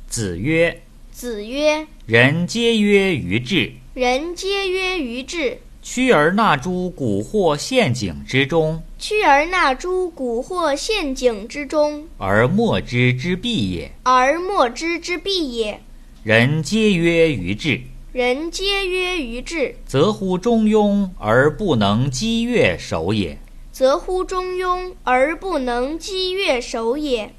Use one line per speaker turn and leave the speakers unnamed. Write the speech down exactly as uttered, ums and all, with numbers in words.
子曰：
子曰：
人皆曰于智，
人皆曰于智。
趋而纳诸蛊惑陷阱之中，
趋而纳诸蛊惑陷阱之中，
而莫之之弊也。
而莫之之弊也。
人皆曰于智，
人皆曰于智，
则乎中庸而不能激越守也。
则乎中庸而不能激越守也。